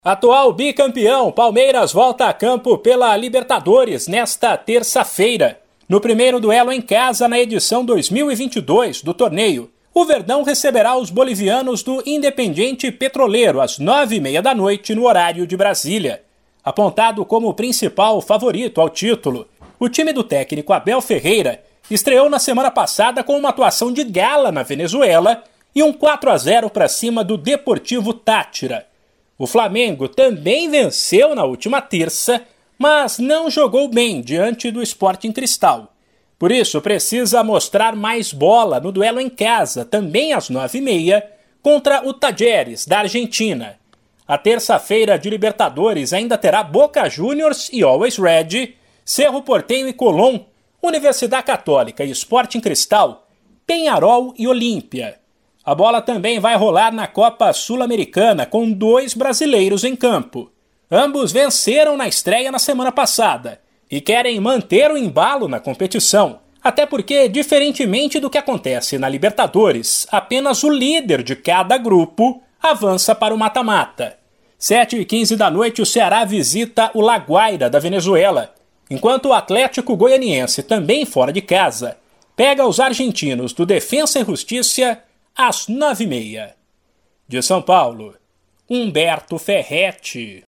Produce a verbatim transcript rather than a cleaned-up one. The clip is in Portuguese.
Atual bicampeão, Palmeiras volta a campo pela Libertadores nesta terça-feira. No primeiro duelo em casa na edição dois mil e vinte e dois do torneio, o Verdão receberá os bolivianos do Independiente Petroleiro às nove e meia da noite no horário de Brasília. Apontado como o principal favorito ao título, o time do técnico Abel Ferreira estreou na semana passada com uma atuação de gala na Venezuela e um quatro a zero para cima do Deportivo Táchira. O Flamengo também venceu na última terça, mas não jogou bem diante do Sporting Cristal. Por isso, precisa mostrar mais bola no duelo em casa, também às nove e meia, contra o Talleres, da Argentina. A terça-feira de Libertadores ainda terá Boca Juniors e Always Red, Cerro Porteño e Colón, Universidade Católica e Sporting Cristal, Peñarol e Olímpia. A bola também vai rolar na Copa Sul-Americana com dois brasileiros em campo. Ambos venceram na estreia na semana passada e querem manter o embalo na competição, até porque, diferentemente do que acontece na Libertadores, apenas o líder de cada grupo avança para o mata-mata. sete e quinze da noite o Ceará visita o La Guaira da Venezuela, enquanto o Atlético Goianiense, também fora de casa, pega os argentinos do Defensa e Justiça às nove e meia. De São Paulo, Humberto Ferretti.